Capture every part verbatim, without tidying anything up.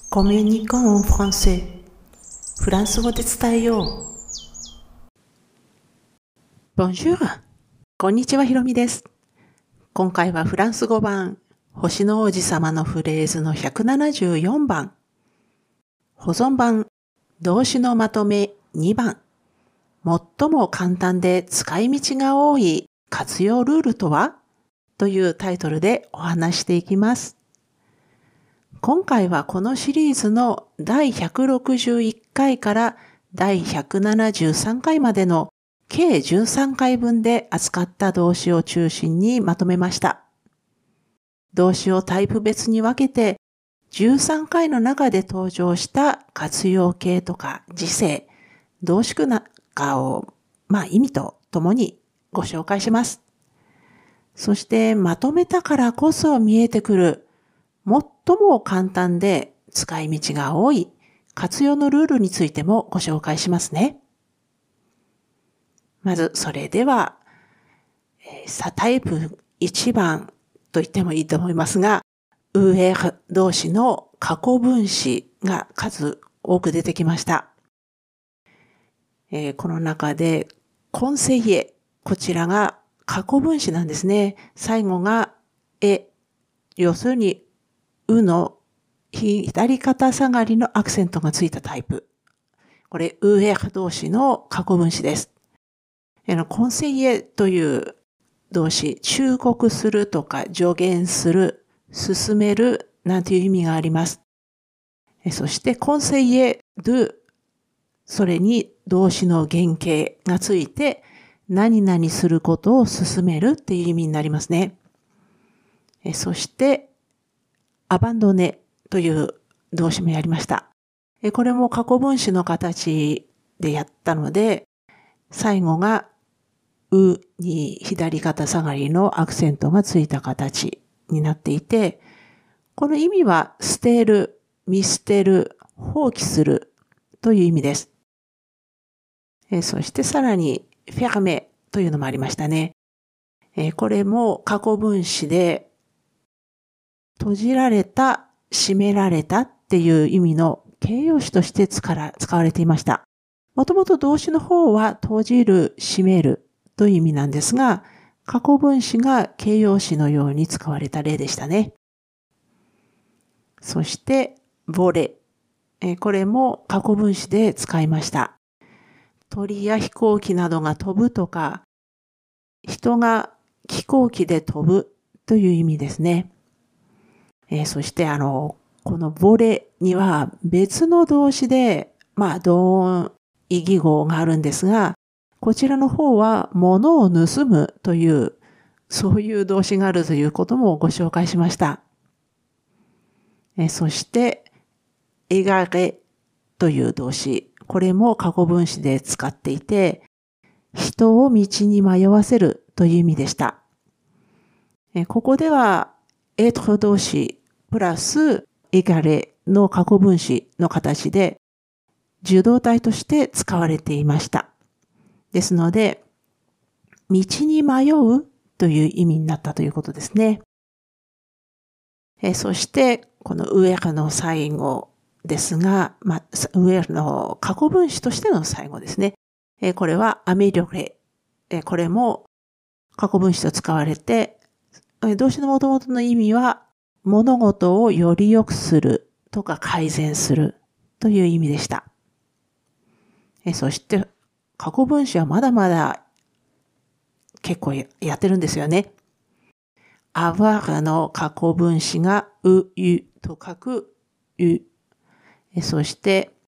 コミュニコンフランセフランス語で伝えよう。Bonjour! こんにちは、ひろみです。今回はフランス語版、星の王子様のフレーズのひゃくななじゅうよんばん、保存版、動詞のまとめにばん、最も簡単で使い道が多い活用ルールとはというタイトルでお話していきます。今回はこのシリーズのだいひゃくろくじゅういっかいからだいひゃくななじゅうさんかいまでの計じゅうさんかいぶんで扱った動詞を中心にまとめました。動詞をタイプ別に分けてじゅうさんかいの中で登場した活用形とか時制、動詞句なんかを、まあ意味とともにご紹介します。そしてまとめたからこそ見えてくる最も簡単で使い道が多い活用のルールについてもご紹介しますね。まずそれでは、さタイプいちばんと言ってもいいと思いますが、ウエー動詞の過去分詞が数多く出てきました。えー、この中でコンセイエ、こちらが過去分詞なんですね。最後がえ、要するにうの左肩下がりのアクセントがついたタイプ。これ、ウエー動詞の過去分詞です。コンセイエという動詞、忠告するとか助言する、進めるなんていう意味があります。そして、コンセイエドゥ、それに動詞の原型がついて、何々することを進めるっていう意味になりますね。そして、アバンドネという動詞もやりました。これも過去分詞の形でやったので、最後がうに左肩下がりのアクセントがついた形になっていて、この意味は捨てる、見捨てる、放棄するという意味です。そしてさらにフェルメというのもありましたね。これも過去分詞で閉じられた、閉められたっていう意味の形容詞として使われていました。もともと動詞の方は閉じる、閉めるという意味なんですが、過去分詞が形容詞のように使われた例でしたね。そして、ボレ。これも過去分詞で使いました。鳥や飛行機などが飛ぶとか、人が飛行機で飛ぶという意味ですね。えー、そしてあの、このボレには別の動詞で、まあ、同音異義語があるんですが、こちらの方は物を盗むという、そういう動詞があるということもご紹介しました。えー、そして、エガレという動詞、これも過去分詞で使っていて、人を道に迷わせるという意味でした。えー、ここでは、エトロ動詞、プラスエガレの過去分詞の形で受動体として使われていました。ですので、道に迷うという意味になったということですね。えそして、このウエルの最後ですが、まあ、ウエルの過去分詞としての最後ですね。えこれはアメリョレ。えこれも過去分詞と使われて、動詞の元々の意味は物事をより良くするとか改善するという意味でした。えそして、過去分詞はまだまだ結構やってるんですよね。avoir の過去分詞がう、ゆと書くう。そして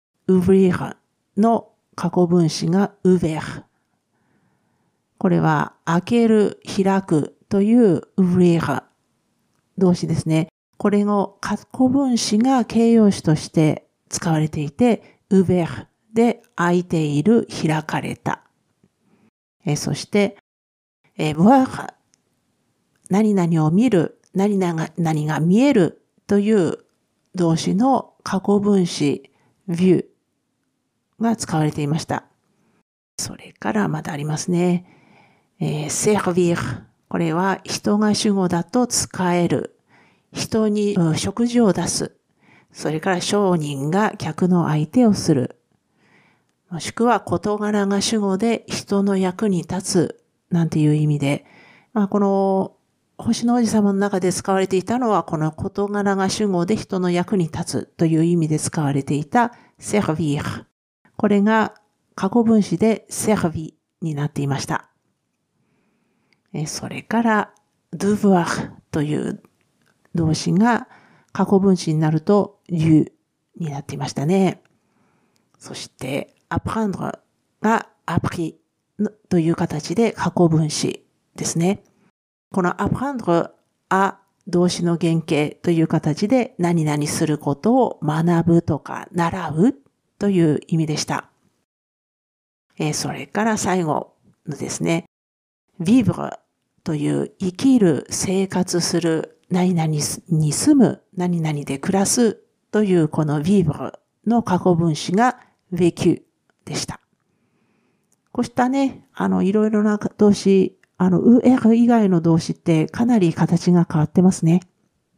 、ouvrir の過去分詞が ouvert。これは開ける、開くという ouvrir。動詞ですね。これの過去分詞が形容詞として使われていて、ouvert で開いている、開かれた。えそして、え voir 何々を見る、何々何が見えるという動詞の過去分詞 view が使われていました。それからまだありますね。えー、servir。これは人が主語だと使える。人に食事を出す。 それから商人が客の相手をする。もしくは事柄が主語で人の役に立つなんていう意味で、まあこの星の王子様の中で使われていたのはこの事柄が主語で人の役に立つという意味で使われていた servir。これが過去分詞で servi になっていました。それから devoir という動詞が過去分詞になると dû になっていましたね。そして apprendre が appris という形で過去分詞ですね。この apprendre あ動詞の原型という形で何々することを学ぶとか習うという意味でした。えー、それから最後のですね、vivre という生きる、生活する、何々に住む、何々で暮らすというこの vivre の過去分詞が vécu でした。こうしたね、あの、いろいろな動詞、あの、er 以外の動詞ってかなり形が変わってますね。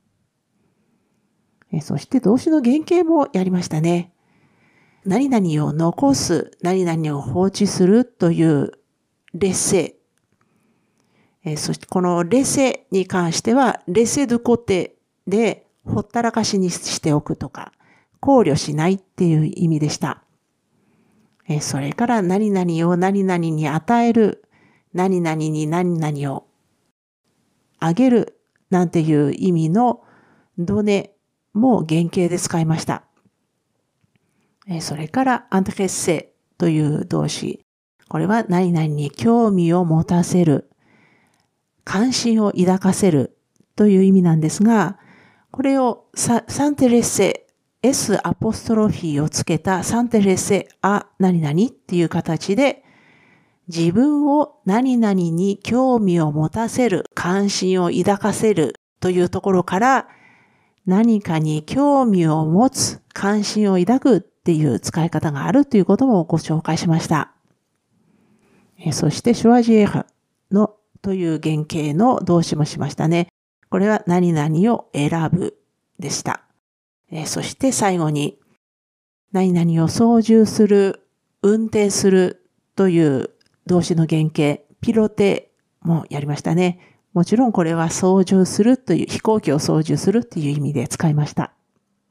えそして動詞の原型もやりましたね。何々を残す、何々を放置するというレセ。えそしてこのレセに関しては、レセドコテでほったらかしにしておくとか、考慮しないっていう意味でした。えそれから何々を何々に与える、何々に何々をあげるなんていう意味のドネも原型で使いました。それからアンテレッセという動詞。これは何々に興味を持たせる、関心を抱かせるという意味なんですが、これをサンテレッセ、S アポストロフィーをつけたサンテレッセあ何々っていう形で、自分を何々に興味を持たせる、関心を抱かせるというところから、何かに興味を持つ、関心を抱くっていう使い方があるということもご紹介しました。えそして、シュワジエーのという原型の動詞もしましたね。これは何々を選ぶでした。えそして最後に、何々を操縦する、運転するという動詞の原型、ピロテもやりましたね。もちろんこれは操縦するという、飛行機を操縦するという意味で使いました。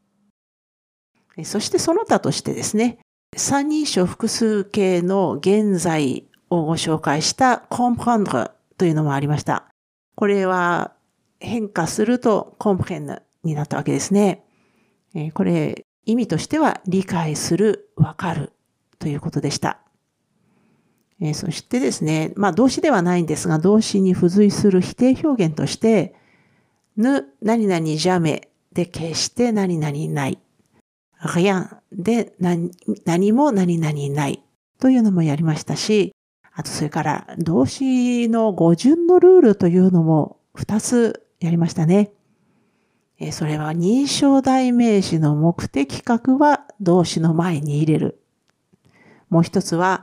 そしてその他としてですね、三人称複数形の現在をご紹介したcomprendreというのもありました。これは変化すると comprendre になったわけですね。これ意味としては理解する、わかるということでした。そしてですね、まあ動詞ではないんですが、動詞に付随する否定表現として、ぬ、何々じゃめで決して何々ない。rienで 何, 何も何々ないというのもやりましたし、あとそれから動詞の語順のルールというのもふたつやりましたね。それは認証代名詞の目的格は動詞の前に入れる。もう一つは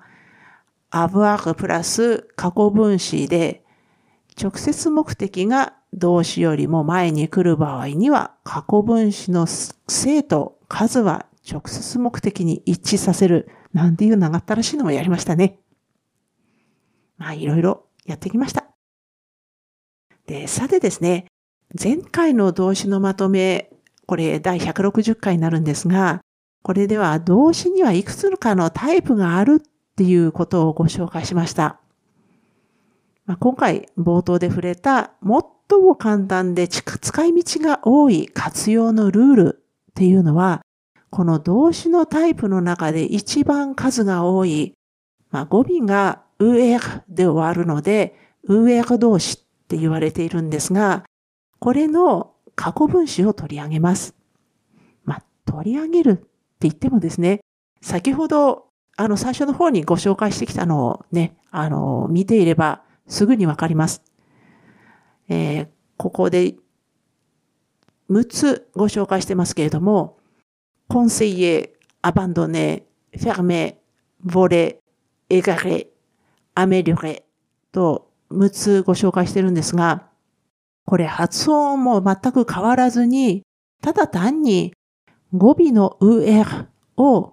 avoirプラス過去分詞で直接目的が動詞よりも前に来る場合には過去分詞の性と数は直接目的に一致させるなんていう長ったらしいのもやりましたね。まあいろいろやってきました。で、さてですね、前回の動詞のまとめ、これだいひゃくろくじゅっかいになるんですが、これでは動詞にはいくつかのタイプがあるっていうことをご紹介しました。まあ、今回冒頭で触れた最も簡単で使い道が多い活用のルールっていうのは、この動詞のタイプの中で一番数が多い、まあ、語尾がウエーで終わるので、ウエー動詞って言われているんですが、これの過去分詞を取り上げます。まあ、取り上げるって言ってもですね、先ほどあの最初の方にご紹介してきたのをね、あの見ていればすぐにわかります。えー、ここでむつご紹介してますけれども、conseiller、abandonner、fermer、voler、égarer、améliorer とむつご紹介してるんですが、これ発音も全く変わらずに、ただ単に語尾のうえるを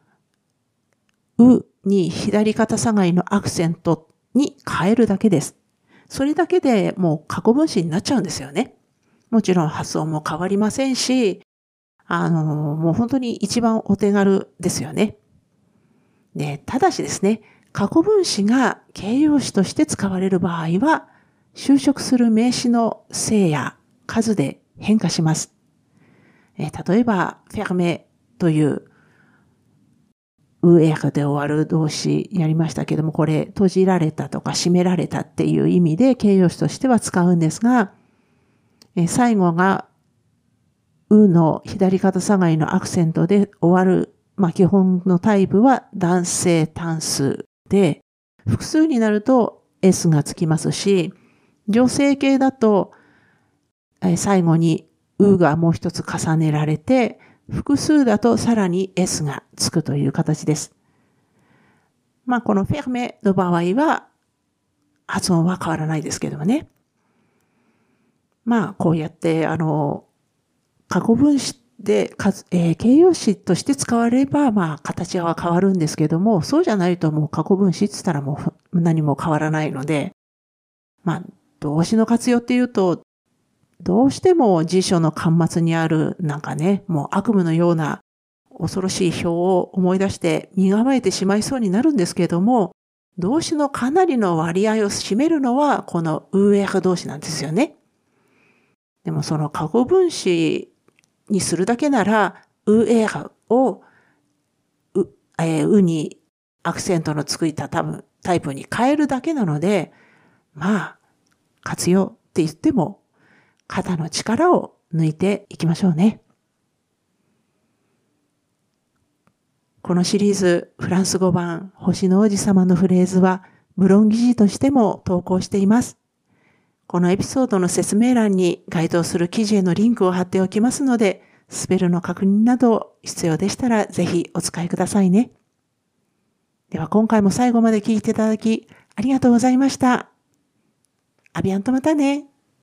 うに左肩下がりのアクセントに変えるだけです。それだけでもう過去分詞になっちゃうんですよね。もちろん発音も変わりませんし、あの、もう本当に一番お手軽ですよね。で、ただしですね、過去分詞が形容詞として使われる場合は、修飾する名詞の性や数で変化します。え例えば、フェルメというウエーで終わる動詞やりましたけども、これ閉じられたとか閉められたっていう意味で形容詞としては使うんですが、え最後がうの左肩下がりのアクセントで終わる、まあ基本のタイプは男性単数で、複数になると S がつきますし、女性系だとえ最後にうがもう一つ重ねられて、複数だとさらに S がつくという形です。まあこのフェルメの場合は発音は変わらないですけどもね。まあこうやってあの過去分詞で、えー、形容詞として使われればまあ形は変わるんですけども、そうじゃないともう過去分詞って言ったらもう何も変わらないので、まあ動詞の活用っていうとどうしても辞書の巻末にあるなんかね、もう悪夢のような恐ろしい表を思い出して身構えてしまいそうになるんですけれども、動詞のかなりの割合を占めるのはこのウエー動詞なんですよね。でもその過去分詞にするだけなら、ウエーをう、えー、うにアクセントのついた多分タイプに変えるだけなので、まあ活用って言っても肩の力を抜いていきましょうね。このシリーズフランス語版星の王子様のフレーズはブログ記事としても投稿しています。このエピソードの説明欄に該当する記事へのリンクを貼っておきますので、スペルの確認など必要でしたらぜひお使いくださいね。では今回も最後まで聞いていただきありがとうございました。アビアンとまたね。